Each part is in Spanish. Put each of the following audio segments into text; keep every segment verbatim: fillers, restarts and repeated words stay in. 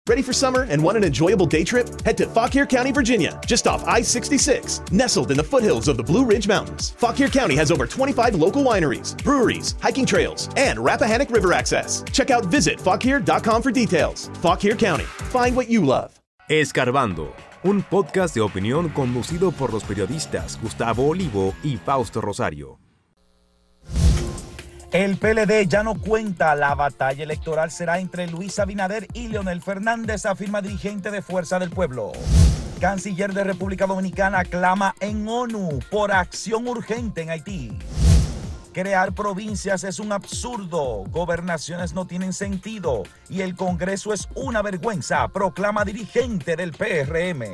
Ready for summer and want an enjoyable day trip? Head to Fauquier County, Virginia, just off I sixty-six, nestled in the foothills of the Blue Ridge Mountains. Fauquier County has over twenty-five local wineries, breweries, hiking trails, and Rappahannock River access. Check out visit fauquier dot com for details. Fauquier County, find what you love. Escarbando, un podcast de opinión conducido por los periodistas Gustavo Olivo y Fausto Rosario. El P L D ya no cuenta, la batalla electoral será entre Luis Abinader y Leonel Fernández, afirma dirigente de Fuerza del Pueblo. Canciller de República Dominicana clama en ONU por acción urgente en Haití. Crear provincias es un absurdo, gobernaciones no tienen sentido y el Congreso es una vergüenza, proclama dirigente del P R M.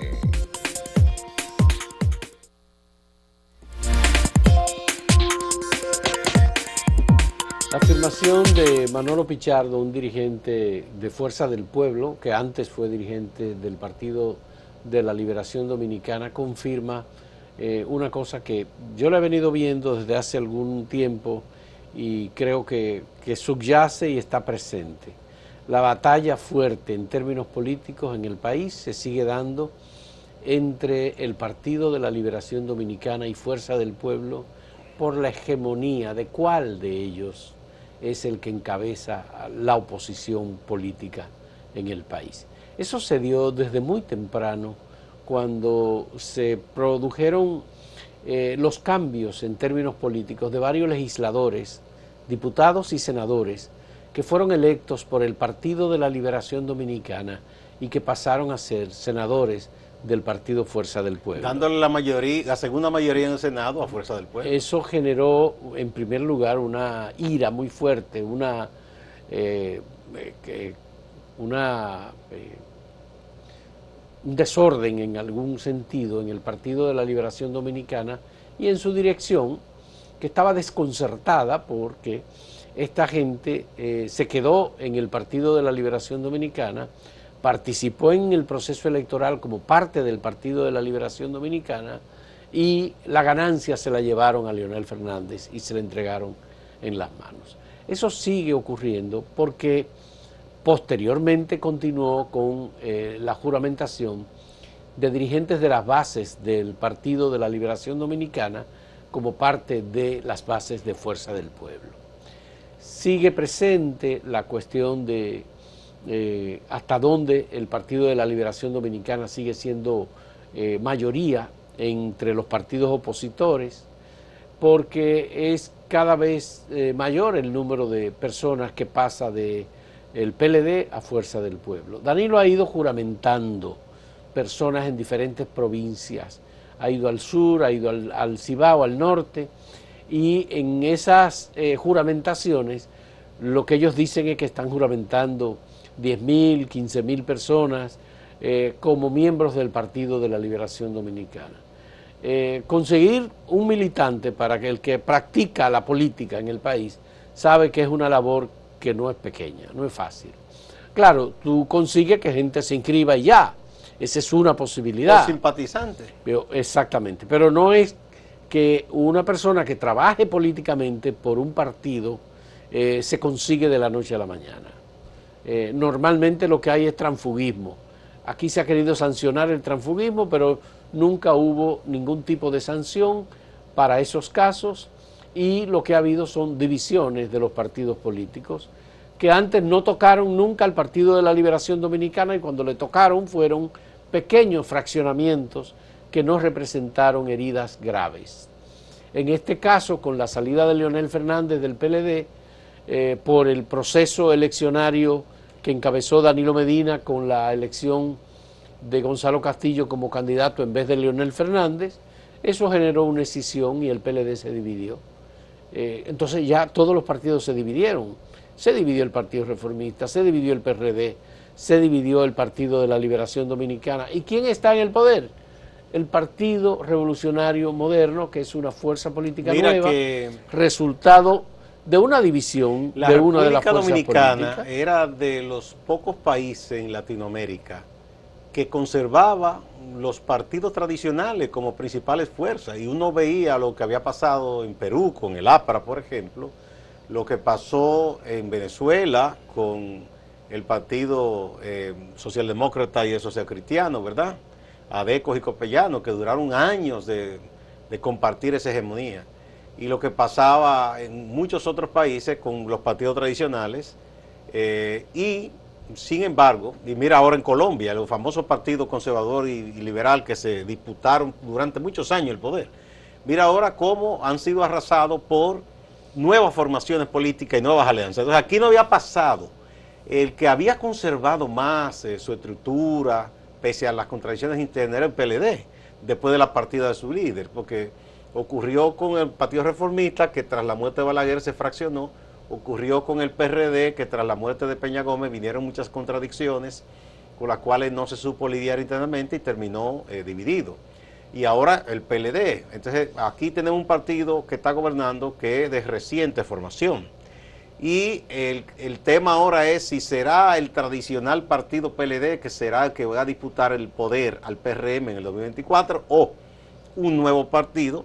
La afirmación de Manolo Pichardo, un dirigente de Fuerza del Pueblo, que antes fue dirigente del Partido de la Liberación Dominicana, confirma eh, una cosa que yo la he venido viendo desde hace algún tiempo y creo que, que subyace y está presente. La batalla fuerte en términos políticos en el país se sigue dando entre el Partido de la Liberación Dominicana y Fuerza del Pueblo por la hegemonía de cuál de ellos es el que encabeza la oposición política en el país. Eso se dio desde muy temprano, cuando se produjeron eh, los cambios en términos políticos de varios legisladores, diputados y senadores, que fueron electos por el Partido de la Liberación Dominicana y que pasaron a ser senadores del Partido Fuerza del Pueblo. Dándole la mayoría, la segunda mayoría en el Senado a Fuerza del Pueblo. Eso generó, en primer lugar, una ira muy fuerte, una, eh, eh, una eh, un desorden en algún sentido en el Partido de la Liberación Dominicana y en su dirección, que estaba desconcertada porque esta gente eh, se quedó en el Partido de la Liberación Dominicana, participó en el proceso electoral como parte del Partido de la Liberación Dominicana y la ganancia se la llevaron a Leonel Fernández y se la entregaron en las manos. Eso sigue ocurriendo porque posteriormente continuó con eh, la juramentación de dirigentes de las bases del Partido de la Liberación Dominicana como parte de las bases de Fuerza del Pueblo. Sigue presente la cuestión de Eh, hasta dónde el Partido de la Liberación Dominicana sigue siendo eh, mayoría entre los partidos opositores, porque es cada vez eh, mayor el número de personas que pasa de el P L D a Fuerza del Pueblo. Danilo ha ido juramentando personas en diferentes provincias, ha ido al sur, ha ido al, al Cibao, al norte, y en esas eh, juramentaciones lo que ellos dicen es que están juramentando diez mil, quince mil personas eh, como miembros del Partido de la Liberación Dominicana. Eh, conseguir un militante para que el que practica la política en el país sabe que es una labor que no es pequeña, no es fácil. Claro, tú consigues que gente se inscriba y ya, esa es una posibilidad. Los simpatizantes. Pero, exactamente, pero no es que una persona que trabaje políticamente por un partido eh, se consigue de la noche a la mañana. Eh, normalmente lo que hay es transfugismo. Aquí se ha querido sancionar el transfugismo, pero nunca hubo ningún tipo de sanción para esos casos y lo que ha habido son divisiones de los partidos políticos que antes no tocaron nunca al Partido de la Liberación Dominicana y cuando le tocaron fueron pequeños fraccionamientos que no representaron heridas graves. En este caso, con la salida de Leonel Fernández del P L D, eh, por el proceso eleccionario que encabezó Danilo Medina con la elección de Gonzalo Castillo como candidato en vez de Leonel Fernández, eso generó una escisión y el P L D se dividió. Eh, entonces ya todos los partidos se dividieron. Se dividió el Partido Reformista, se dividió el P R D, se dividió el Partido de la Liberación Dominicana. ¿Y quién está en el poder? El Partido Revolucionario Moderno, que es una fuerza política Mira nueva, que resultado de una división la de una de las fuerzas Dominicana políticas. era de los pocos países en Latinoamérica que conservaba los partidos tradicionales como principales fuerzas, y uno veía lo que había pasado en Perú con el APRA, por ejemplo, lo que pasó en Venezuela con el Partido eh, Socialdemócrata y el Social Cristiano, ¿verdad? Adecos y Copellanos, que duraron años de, de compartir esa hegemonía. Y lo que pasaba en muchos otros países con los partidos tradicionales, eh, y sin embargo, y mira ahora en Colombia, los famosos partidos conservador y, y liberal que se disputaron durante muchos años el poder, mira ahora cómo han sido arrasados por nuevas formaciones políticas y nuevas alianzas. Entonces aquí no había pasado el que había conservado más eh, su estructura, pese a las contradicciones internas, era el P L D, después de la partida de su líder, porque ocurrió con el Partido Reformista, que tras la muerte de Balaguer se fraccionó, ocurrió con el P R D, que tras la muerte de Peña Gómez vinieron muchas contradicciones, con las cuales no se supo lidiar internamente y terminó eh, dividido. Y ahora el P L D. Entonces aquí tenemos un partido que está gobernando que es de reciente formación. Y el, el tema ahora es si será el tradicional partido P L D que será el que va a disputar el poder al P R M en el dos mil veinticuatro o un nuevo partido,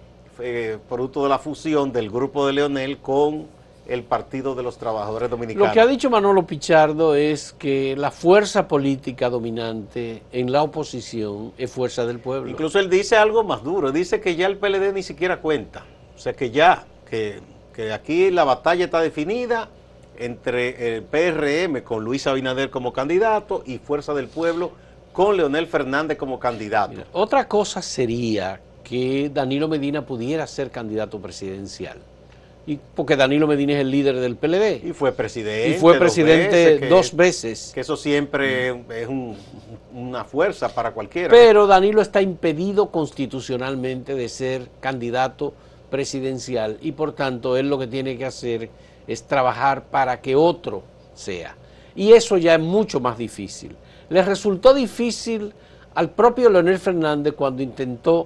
eh, producto de la fusión del grupo de Leonel con el Partido de los Trabajadores Dominicanos. Lo que ha dicho Manolo Pichardo es que la fuerza política dominante en la oposición es fuerza del pueblo. Incluso él dice algo más duro, dice que ya el P L D ni siquiera cuenta, o sea que ya, que, que aquí la batalla está definida entre el P R M con Luis Abinader como candidato y Fuerza del Pueblo con Leonel Fernández como candidato. Mira, otra cosa sería que Danilo Medina pudiera ser candidato presidencial. Y porque Danilo Medina es el líder del P L D. Y fue presidente. Y fue presidente dos veces. Que, dos veces. Que eso siempre mm. es un, una fuerza para cualquiera. Pero Danilo está impedido constitucionalmente de ser candidato presidencial y por tanto él lo que tiene que hacer es trabajar para que otro sea. Y eso ya es mucho más difícil. Le resultó difícil al propio Leonel Fernández cuando intentó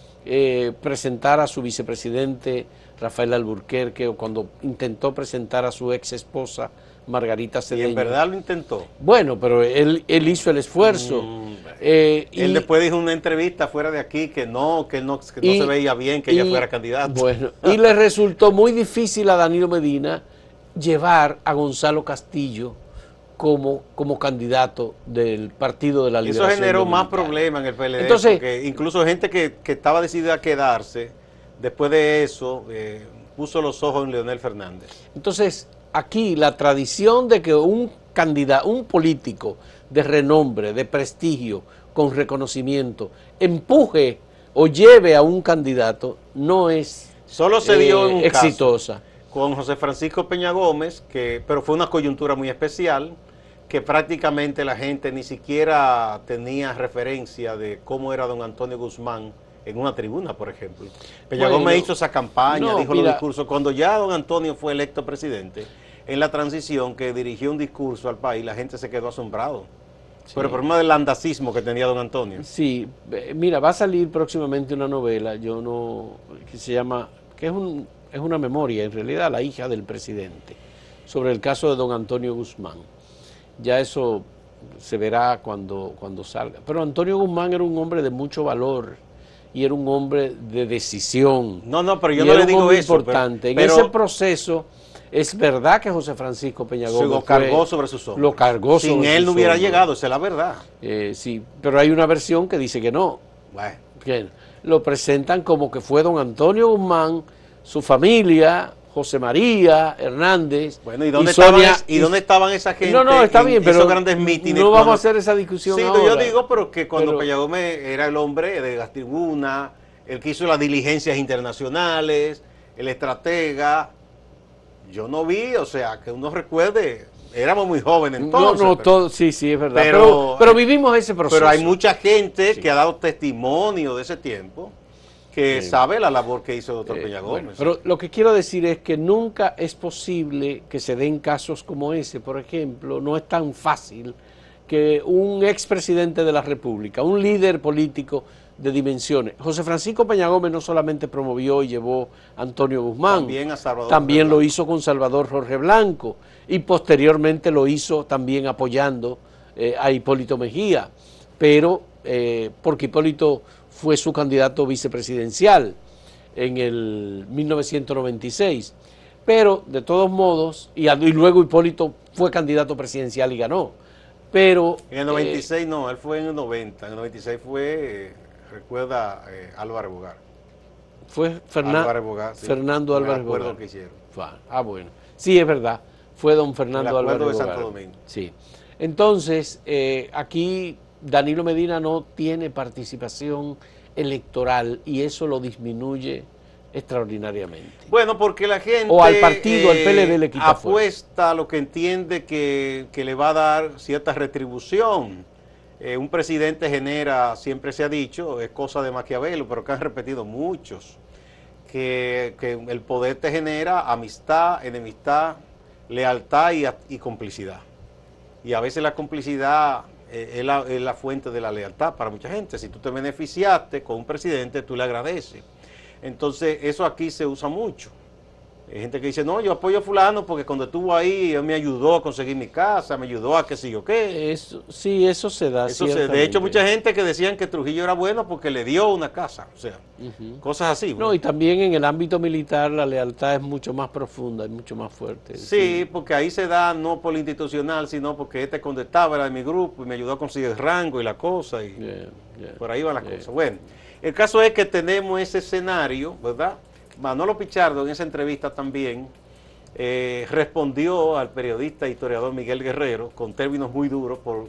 eh, presentar a su vicepresidente Rafael Alburquerque o cuando intentó presentar a su ex esposa Margarita Cedeño. Y en verdad lo intentó. Bueno, pero él, él hizo el esfuerzo. Mm, eh, él y, después dijo en una entrevista fuera de aquí que no, que él no, que y, no se veía bien que y, ella fuera candidata. Bueno, y le resultó muy difícil a Danilo Medina llevar a Gonzalo Castillo como, como candidato del Partido de la Liberación Eso generó Dominicana. más problemas en el P L D, Entonces, porque incluso gente que, que estaba decidida a quedarse, después de eso, eh, puso los ojos en Leonel Fernández. Entonces, aquí la tradición de que un candidato, un político de renombre, de prestigio, con reconocimiento, empuje o lleve a un candidato, no es Solo se dio eh, en un exitosa. Caso con José Francisco Peña Gómez, que, pero fue una coyuntura muy especial, que prácticamente la gente ni siquiera tenía referencia de cómo era don Antonio Guzmán en una tribuna, por ejemplo. Peña Bueno, Gómez hizo esa campaña, no, dijo mira, los discursos. Cuando ya don Antonio fue electo presidente, en la transición que dirigió un discurso al país, la gente se quedó asombrado. Sí. Por el problema del andacismo que tenía don Antonio. Sí, mira, va a salir próximamente una novela, yo no, que se llama, que es, un, es una memoria, en realidad, La hija del presidente, sobre el caso de don Antonio Guzmán. Ya eso se verá cuando, cuando salga. Pero Antonio Guzmán era un hombre de mucho valor y era un hombre de decisión. No, no, pero yo no le digo eso. Importante. Pero, en ese proceso, es verdad que José Francisco Peña Gómez lo cargó fue, sobre sus hombros. Lo cargó Sin sobre él no sus hubiera hombros. llegado, esa es la verdad. Eh, sí, pero hay una versión que dice que no. Bueno. Que lo presentan como que fue don Antonio Guzmán, su familia, José María Hernández. Bueno, ¿y dónde, y Sonia, estaban, ¿y dónde estaban esa gente? No, no, está bien, en pero esos grandes mítines, no cuando, vamos a hacer esa discusión sí, ahora. Yo digo, pero que cuando pero, Peña Gómez era el hombre de las tribunas, el que hizo las diligencias internacionales, el estratega, yo no vi, o sea, que uno recuerde, éramos muy jóvenes entonces. No, no, pero, todo, sí, sí, es verdad, pero, pero, pero vivimos ese proceso. Pero hay mucha gente sí. que ha dado testimonio de ese tiempo, que sí. sabe la labor que hizo el doctor eh, Peña Gómez. Bueno, pero lo que quiero decir es que nunca es posible que se den casos como ese. Por ejemplo, no es tan fácil que un expresidente de la República, un líder político de dimensiones. José Francisco Peña Gómez no solamente promovió y llevó a Antonio Guzmán, también, a Salvador también lo hizo con Salvador Jorge Blanco y posteriormente lo hizo también apoyando eh, a Hipólito Mejía, pero eh, porque Hipólito fue su candidato vicepresidencial en el mil novecientos noventa y seis. Pero, de todos modos, y, y luego Hipólito fue candidato presidencial y ganó. Pero... En el noventa y seis eh, no, él fue en el noventa. En el noventa y seis fue, eh, recuerda, eh, Álvaro Bogar. Fue Fernan Álvaro Bogar, sí. Fernando Álvarez Bogar. acuerdo que hicieron. Ah, bueno. Sí, es verdad. Fue don Fernando el acuerdo Álvarez de Bogar. Santo Domingo. Sí. Entonces, eh, aquí Danilo Medina no tiene participación electoral y eso lo disminuye extraordinariamente. Bueno, porque la gente o al partido, eh, al P L D le quita apuesta a lo que entiende que, que le va a dar cierta retribución. Eh, un presidente genera, siempre se ha dicho, es cosa de Maquiavelo, pero que han repetido muchos, que, que el poder te genera amistad, enemistad, lealtad y, y complicidad. Y a veces la complicidad eh, es, la, es la fuente de la lealtad para mucha gente. Si tú te beneficiaste con un presidente, tú le agradeces. Entonces, eso aquí se usa mucho. Hay gente que dice, no, yo apoyo a fulano porque cuando estuvo ahí, él me ayudó a conseguir mi casa, me ayudó a qué sé yo qué. Eso, sí, eso se da. Eso se, de hecho, mucha gente que decían que Trujillo era bueno porque le dio una casa. O sea, uh-huh. cosas así. No, ¿no? Y también en el ámbito militar la lealtad es mucho más profunda, es mucho más fuerte. Sí, sí, porque ahí se da no por lo institucional, sino porque este cuando estaba era de mi grupo y me ayudó a conseguir el rango y la cosa. Y yeah, yeah, por ahí van las yeah. cosas. Bueno, el caso es que tenemos ese escenario, ¿verdad? Manolo Pichardo en esa entrevista también eh, respondió al periodista e historiador Miguel Guerrero con términos muy duros por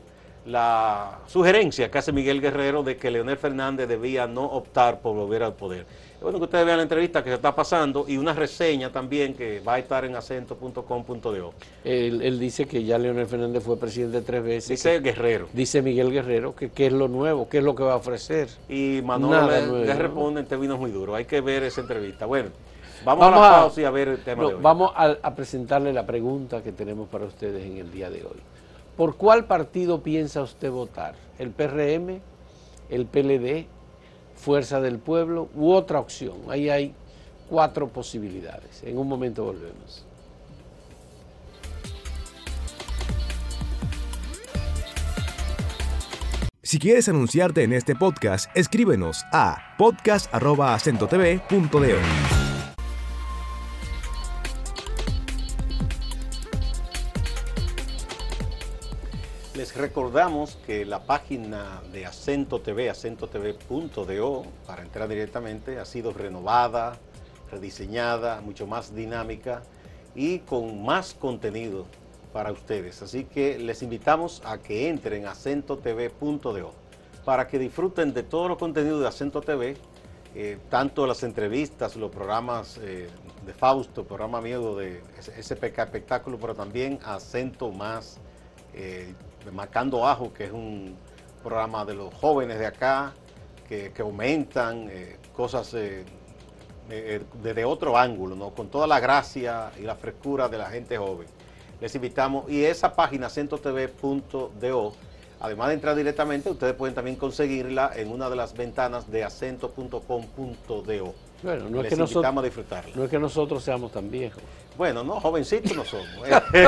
la sugerencia que hace Miguel Guerrero de que Leonel Fernández debía no optar por volver al poder. Es bueno que ustedes vean la entrevista que se está pasando y una reseña también que va a estar en acento punto com punto do. Él, él dice que ya Leonel Fernández fue presidente tres veces. Dice Guerrero. Dice Miguel Guerrero que qué es lo nuevo, qué es lo que va a ofrecer. Y Manolo le, nuevo, le responde en términos muy duros. Hay que ver esa entrevista. Bueno, vamos, vamos a la pausa y a ver el tema no, de hoy. Vamos a, a presentarle la pregunta que tenemos para ustedes en el día de hoy. ¿Por cuál partido piensa usted votar? ¿El P R M, el P L D, Fuerza del Pueblo u otra opción? Ahí hay cuatro posibilidades. En un momento volvemos. Si quieres anunciarte en este podcast, escríbenos a podcast arroba acento t v punto do. Les recordamos que la página de Acento T V, acento t v punto do, para entrar directamente, ha sido renovada, rediseñada, mucho más dinámica y con más contenido para ustedes. Así que les invitamos a que entren a acento t v punto do para que disfruten de todo los contenidos de Acento T V, eh, tanto las entrevistas, los programas eh, de Fausto, el programa mío de S P K Espectáculo, pero también Acento Más, eh, Marcando Ajo, que es un programa de los jóvenes de acá, que, que aumentan eh, cosas eh, eh, desde otro ángulo, ¿no? Con toda la gracia y la frescura de la gente joven. Les invitamos, y esa página acento t v punto do, además de entrar directamente, ustedes pueden también conseguirla en una de las ventanas de acento punto com punto do. Bueno, no Les es que invitamos nosotros, a disfrutarla. No es que nosotros seamos tan viejos. Bueno, no, jovencitos no somos.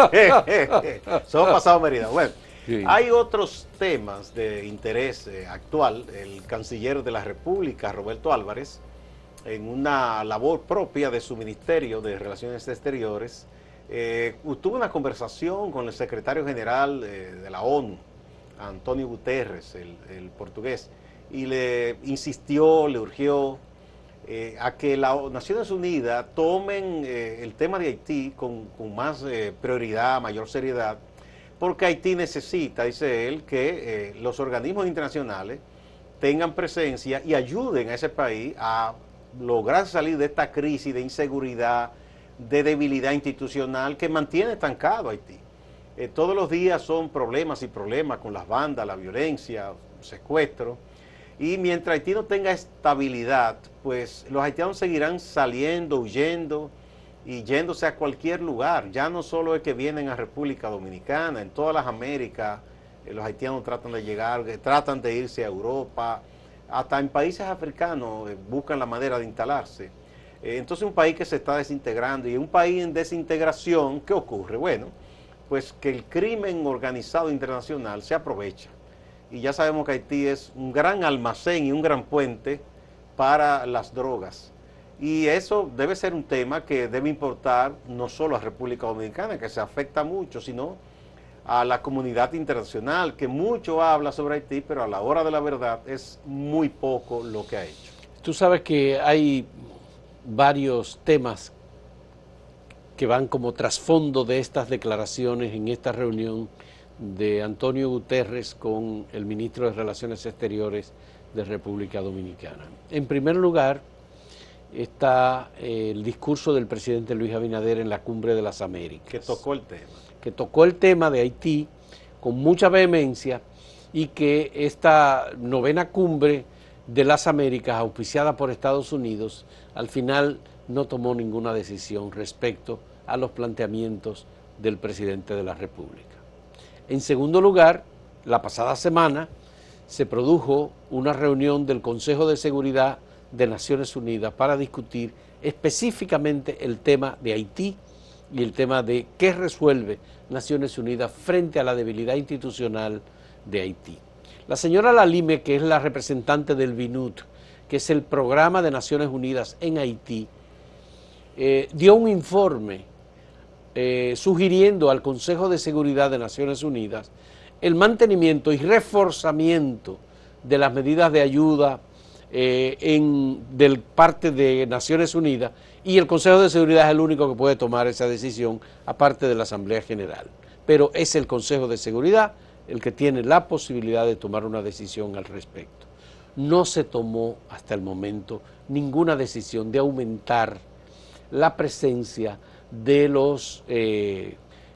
Somos pasados Mérida. Bueno, sí. Hay otros temas de interés eh, actual. El canciller de la República, Roberto Álvarez, en una labor propia de su Ministerio de Relaciones Exteriores, eh, tuvo una conversación con el secretario general eh, de la ONU, Antonio Guterres, el, el portugués, y le insistió, le urgió eh, a que las Naciones Unidas tomen eh, el tema de Haití con, con más eh, prioridad, mayor seriedad, porque Haití necesita, dice él, que eh, los organismos internacionales tengan presencia y ayuden a ese país a lograr salir de esta crisis de inseguridad, de debilidad institucional que mantiene estancado a Haití. Eh, todos los días son problemas y problemas con las bandas, la violencia, secuestro, y mientras Haití no tenga estabilidad, pues los haitianos seguirán saliendo, huyendo y yéndose a cualquier lugar. Ya no solo es que vienen a República Dominicana, en todas las Américas eh, los haitianos tratan de llegar, eh, tratan de irse a Europa, hasta en países africanos eh, buscan la manera de instalarse. Eh, entonces un país que se está desintegrando, y un país en desintegración, ¿qué ocurre? Bueno, pues que el crimen organizado internacional se aprovecha. Y ya sabemos que Haití es un gran almacén y un gran puente para las drogas. Y eso debe ser un tema que debe importar no solo a República Dominicana, que se afecta mucho, sino a la comunidad internacional, que mucho habla sobre Haití, pero a la hora de la verdad es muy poco lo que ha hecho. Tú sabes que hay varios temas que van como trasfondo de estas declaraciones en esta reunión de Antonio Guterres con el ministro de Relaciones Exteriores de República Dominicana. En primer lugar, está eh, el discurso del presidente Luis Abinader en la Cumbre de las Américas. Que tocó el tema. Que tocó el tema de Haití con mucha vehemencia y que esta novena cumbre de las Américas, auspiciada por Estados Unidos, al final no tomó ninguna decisión respecto a los planteamientos del presidente de la República. En segundo lugar, la pasada semana se produjo una reunión del Consejo de Seguridad de Naciones Unidas para discutir específicamente el tema de Haití y el tema de qué resuelve Naciones Unidas frente a la debilidad institucional de Haití. La señora Lalime, que es la representante del B N U D, que es el programa de Naciones Unidas en Haití, eh, dio un informe eh, sugiriendo al Consejo de Seguridad de Naciones Unidas el mantenimiento y reforzamiento de las medidas de ayuda eh, en, del parte de Naciones Unidas, y el Consejo de Seguridad es el único que puede tomar esa decisión, aparte de la Asamblea General. Pero es el Consejo de Seguridad el que tiene la posibilidad de tomar una decisión al respecto. No se tomó hasta el momento ninguna decisión de aumentar la presencia de los eh,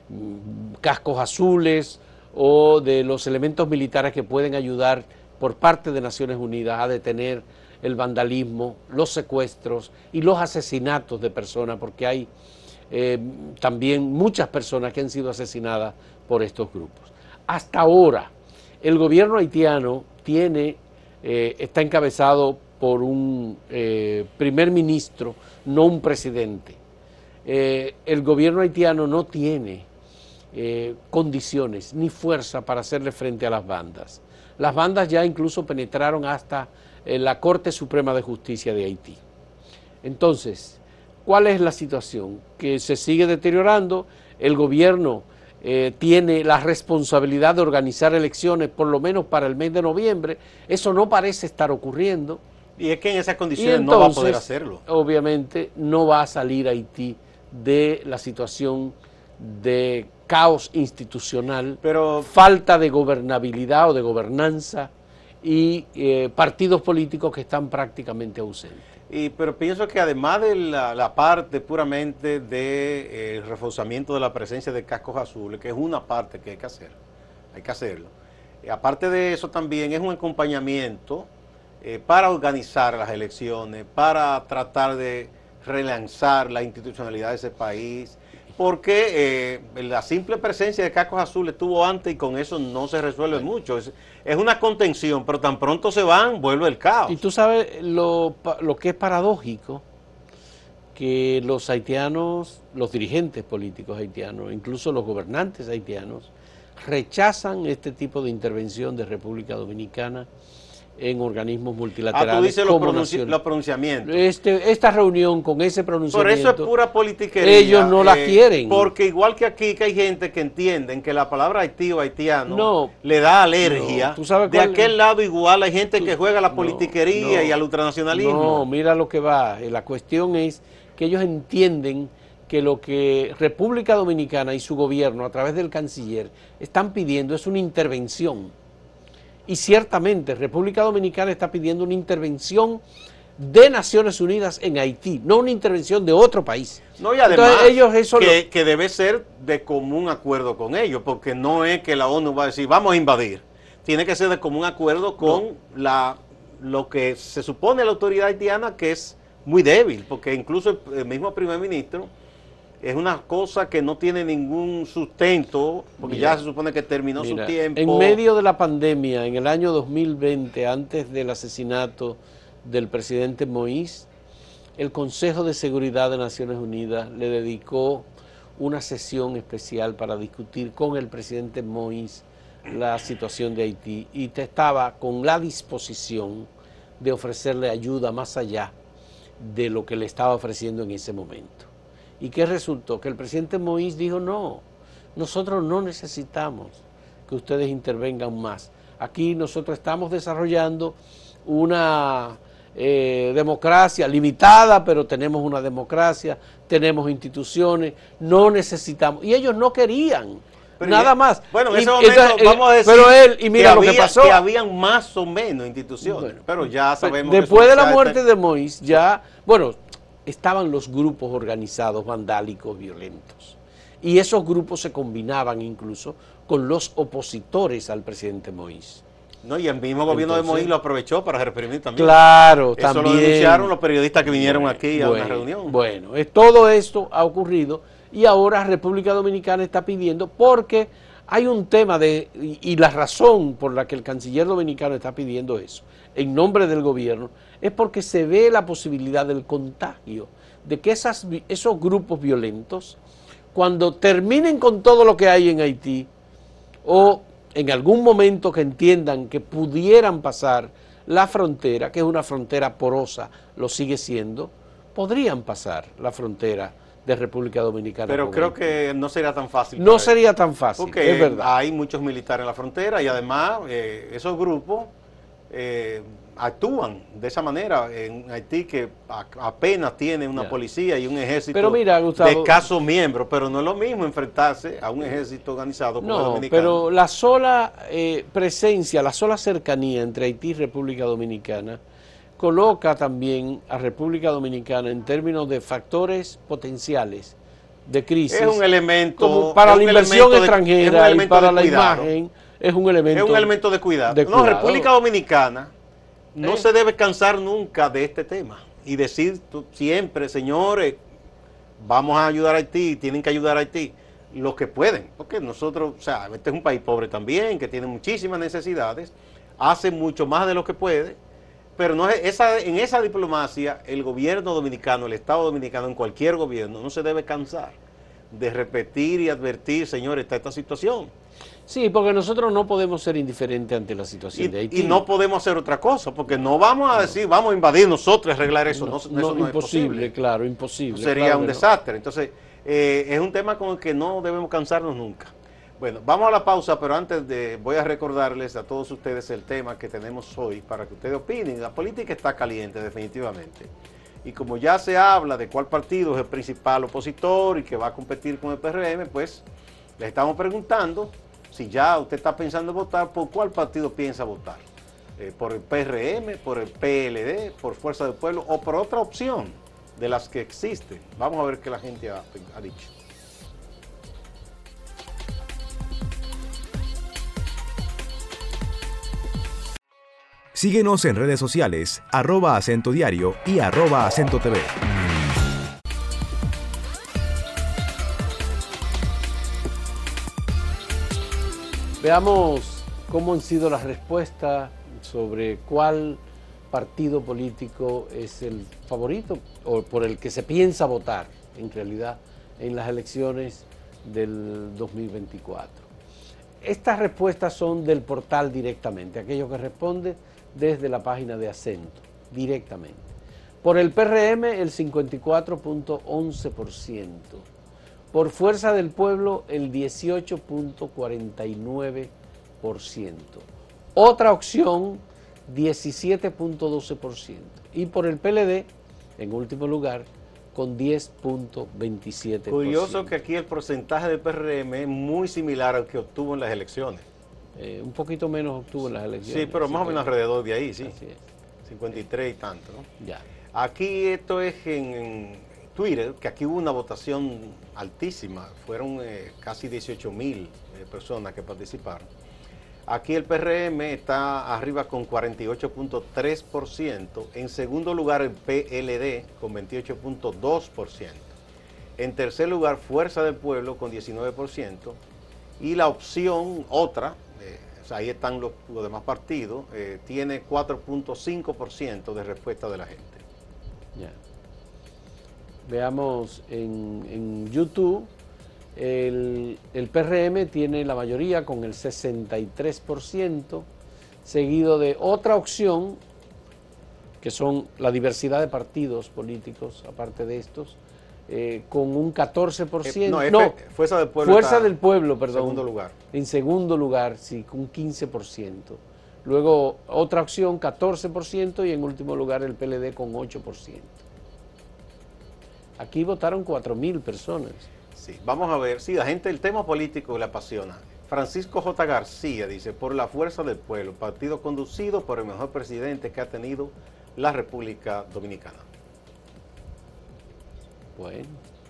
cascos azules o de los elementos militares que pueden ayudar por parte de Naciones Unidas a detener el vandalismo, los secuestros y los asesinatos de personas, porque hay eh, también muchas personas que han sido asesinadas por estos grupos. Hasta ahora, el gobierno haitiano tiene, eh, está encabezado por un eh, primer ministro, no un presidente. Eh, el gobierno haitiano no tiene eh, condiciones ni fuerza para hacerle frente a las bandas. Las bandas ya incluso penetraron hasta eh, la Corte Suprema de Justicia de Haití. Entonces, ¿cuál es la situación? Que se sigue deteriorando, el gobierno eh, tiene la responsabilidad de organizar elecciones por lo menos para el mes de noviembre, eso no parece estar ocurriendo. Y es que en esas condiciones entonces, no va a poder hacerlo. Obviamente no va a salir Haití de la situación de caos institucional, pero falta de gobernabilidad o de gobernanza y eh, partidos políticos que están prácticamente ausentes. Y, pero pienso que además de la, la parte puramente del de, eh, reforzamiento de la presencia de cascos azules, que es una parte que hay que hacer, hay que hacerlo. Y aparte de eso también es un acompañamiento eh, para organizar las elecciones, para tratar de relanzar la institucionalidad de ese país, porque eh, la simple presencia de cascos azules estuvo antes y con eso no se resuelve sí. mucho. Es, es una contención, pero tan pronto se van, vuelve el caos. Y tú sabes lo, lo que es paradójico, que los haitianos, los dirigentes políticos haitianos, incluso los gobernantes haitianos, rechazan este tipo de intervención de República Dominicana en organismos multilaterales. Ah, tú dices los, como pronunci los pronunciamientos. Este, esta reunión con ese pronunciamiento. Por eso es pura politiquería. Ellos no eh, la quieren. Porque igual que aquí, que hay gente que entienden que la palabra Haití o haitiano no, le da alergia. No, ¿tú sabes de cuál? aquel lado igual hay gente tú, que juega a la politiquería no, no, y al ultranacionalismo. No, mira lo que va. La cuestión es que ellos entienden que lo que República Dominicana y su gobierno a través del canciller están pidiendo es una intervención. Y ciertamente República Dominicana está pidiendo una intervención de Naciones Unidas en Haití, no una intervención de otro país. No, y además Entonces, ellos eso que, lo... que debe ser de común acuerdo con ellos, porque no es que la ONU va a decir vamos a invadir. Tiene que ser de común acuerdo con no. la lo que se supone la autoridad haitiana, que es muy débil, porque incluso el, el mismo primer ministro es una cosa que no tiene ningún sustento, porque mira, ya se supone que terminó mira, su tiempo. En medio de la pandemia, en el año dos mil veinte, antes del asesinato del presidente Moïse, el Consejo de Seguridad de Naciones Unidas le dedicó una sesión especial para discutir con el presidente Moïse la situación de Haití, y te estaba con la disposición de ofrecerle ayuda más allá de lo que le estaba ofreciendo en ese momento. ¿Y qué resultó? Que el presidente Moïse dijo, no, nosotros no necesitamos que ustedes intervengan más. Aquí nosotros estamos desarrollando una eh, democracia limitada, pero tenemos una democracia, tenemos instituciones, no necesitamos. Y ellos no querían. Pero nada ya, más. Bueno, en y, ese momento entonces, vamos a decir pero él, y mira que lo había, que pasó. que habían más o menos instituciones, bueno, pero ya sabemos después que de la muerte de Moïse, ya, bueno, estaban los grupos organizados, vandálicos, violentos. Y esos grupos se combinaban incluso con los opositores al presidente Moïse. No, y el mismo gobierno Entonces, de Moïse lo aprovechó para reprimir también. Claro, Eso también. lo denunciaron los periodistas que vinieron bueno, aquí a bueno, una reunión. Bueno, es, todo esto ha ocurrido y ahora República Dominicana está pidiendo, porque hay un tema de, y, y la razón por la que el canciller dominicano está pidiendo eso, en nombre del gobierno, es porque se ve la posibilidad del contagio, de que esas, esos grupos violentos, cuando terminen con todo lo que hay en Haití, o en algún momento que entiendan que pudieran pasar la frontera, que es una frontera porosa, lo sigue siendo, podrían pasar la frontera de República Dominicana. Pero creo Haití. que no sería tan fácil. No sería ellos. tan fácil, porque es verdad. Hay muchos militares en la frontera y además eh, esos grupos eh, actúan de esa manera en Haití, que a, apenas tiene una yeah. policía y un ejército pero mira, Gustavo, de escasos miembros, pero no es lo mismo enfrentarse a un ejército organizado como no, el dominicano. Pero la sola eh, presencia, la sola cercanía entre Haití y República Dominicana coloca también a República Dominicana en términos de factores potenciales de crisis. Es un elemento como para la inversión extranjera de, y para la imagen, es un elemento, es un elemento de cuidado. De no, cuidado. República Dominicana no eh. se debe cansar nunca de este tema y decir siempre, señores, vamos a ayudar a Haití, tienen que ayudar a Haití, los que pueden, porque nosotros, o sea, este es un país pobre también, que tiene muchísimas necesidades, hace mucho más de lo que puede. Pero no es esa, en esa diplomacia, el gobierno dominicano, el Estado dominicano, en cualquier gobierno, no se debe cansar de repetir y advertir, señores, está esta situación. Sí, porque nosotros no podemos ser indiferentes ante la situación y, de Haití. Y no podemos hacer otra cosa, porque no vamos a no. decir, vamos a invadir nosotros, arreglar eso. No, no, no, eso no imposible, es posible. Claro, imposible. Sería claro un desastre. No. Entonces, eh, es un tema con el que no debemos cansarnos nunca. Bueno, vamos a la pausa, pero antes de, voy a recordarles a todos ustedes el tema que tenemos hoy para que ustedes opinen. La política está caliente, definitivamente. Y como ya se habla de cuál partido es el principal opositor y que va a competir con el P R M, pues les estamos preguntando si ya usted está pensando en votar, ¿por cuál partido piensa votar? Eh, ¿Por el P R M, por el P L D, por Fuerza del Pueblo o por otra opción de las que existen? Vamos a ver qué la gente ha, ha dicho. Síguenos en redes sociales, arroba Acento Diario y arroba Acento T V. Veamos cómo han sido las respuestas sobre cuál partido político es el favorito o por el que se piensa votar, en realidad, en las elecciones del dos mil veinticuatro. Estas respuestas son del portal directamente, aquello que responde desde la página de Acento, directamente. Por el P R M, el cincuenta y cuatro punto once por ciento. Por Fuerza del Pueblo, el dieciocho punto cuarenta y nueve por ciento. Otra opción, diecisiete punto doce por ciento. Y por el P L D, en último lugar, con diez punto veintisiete por ciento. Curioso que aquí el porcentaje del P R M es muy similar al que obtuvo en las elecciones. Eh, un poquito menos obtuvo en las elecciones. Sí, pero más o menos alrededor de ahí, sí. Así es. cincuenta y tres y tanto, ¿no? Ya. Aquí esto es en, en Twitter, que aquí hubo una votación altísima. Fueron eh, casi dieciocho mil eh, personas que participaron. Aquí el P R M está arriba con cuarenta y ocho punto tres por ciento. En segundo lugar el P L D con veintiocho punto dos por ciento. En tercer lugar Fuerza del Pueblo con diecinueve por ciento. Y la opción otra, eh, o sea, ahí están los, los demás partidos, eh, tiene cuatro punto cinco por ciento de respuesta de la gente. Ya. Veamos en, en YouTube. El, el P R M tiene la mayoría con el sesenta y tres por ciento, seguido de otra opción que son la diversidad de partidos políticos, aparte de estos, eh, con un catorce por ciento. Eh, no, no, F, Fuerza del Pueblo. Fuerza del Pueblo, perdón. En segundo lugar. En segundo lugar, sí, con un quince por ciento. Luego, otra opción, catorce por ciento, y en último lugar el P L D con ocho por ciento. Aquí votaron cuatro mil personas. Sí, vamos a ver. Sí, la gente, el tema político le apasiona. Francisco J. García dice, por la Fuerza del Pueblo, partido conducido por el mejor presidente que ha tenido la República Dominicana. Bueno.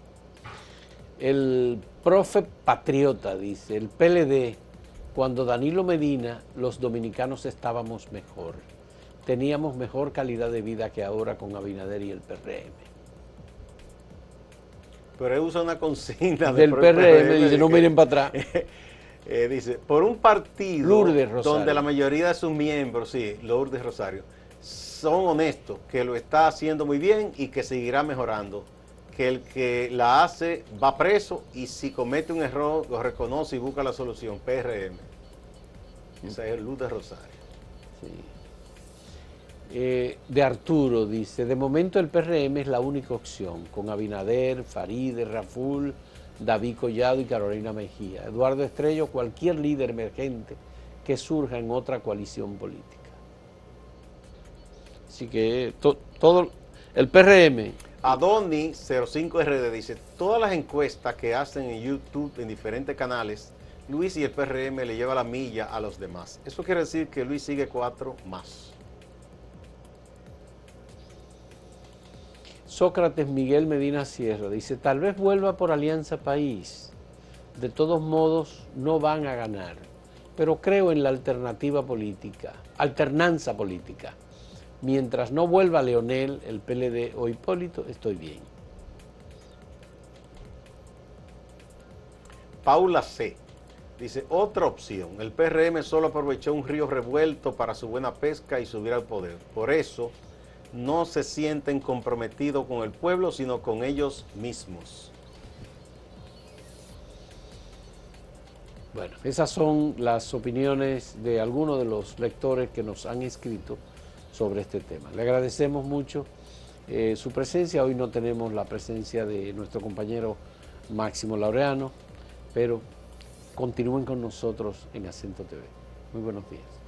El profe Patriota dice, el P L D, cuando Danilo Medina, los dominicanos estábamos mejor. Teníamos mejor calidad de vida que ahora con Abinader y el P R M. Pero él usa una consigna del P R M, dice, no miren para atrás. Eh, dice, por un partido Lourdes Rosario, donde la mayoría de sus miembros, sí, Lourdes Rosario, son honestos, que lo está haciendo muy bien y que seguirá mejorando, que el que la hace va preso y si comete un error lo reconoce y busca la solución, P R M. Esa es Lourdes Rosario. Sí. Eh, de Arturo dice, de momento el P R M es la única opción, con Abinader, Farideh, Raful, David Collado y Carolina Mejía. Eduardo Estrello, cualquier líder emergente que surja en otra coalición política. Así que to, todo el P R M... Adoni cero cinco R D dice, todas las encuestas que hacen en YouTube, en diferentes canales, Luis y el P R M le lleva la milla a los demás. Eso quiere decir que Luis sigue cuatro más. Sócrates Miguel Medina Sierra dice, tal vez vuelva por Alianza País. De todos modos, no van a ganar. Pero creo en la alternativa política, alternanza política. Mientras no vuelva Leonel, el P L D o Hipólito, estoy bien. Paula C. dice, otra opción, el P R M solo aprovechó un río revuelto para su buena pesca y subir al poder. Por eso no se sienten comprometidos con el pueblo, sino con ellos mismos. Bueno, esas son las opiniones de algunos de los lectores que nos han escrito sobre este tema. Le agradecemos mucho eh, su presencia. Hoy no tenemos la presencia de nuestro compañero Máximo Laureano, pero continúen con nosotros en Acento T V. Muy buenos días.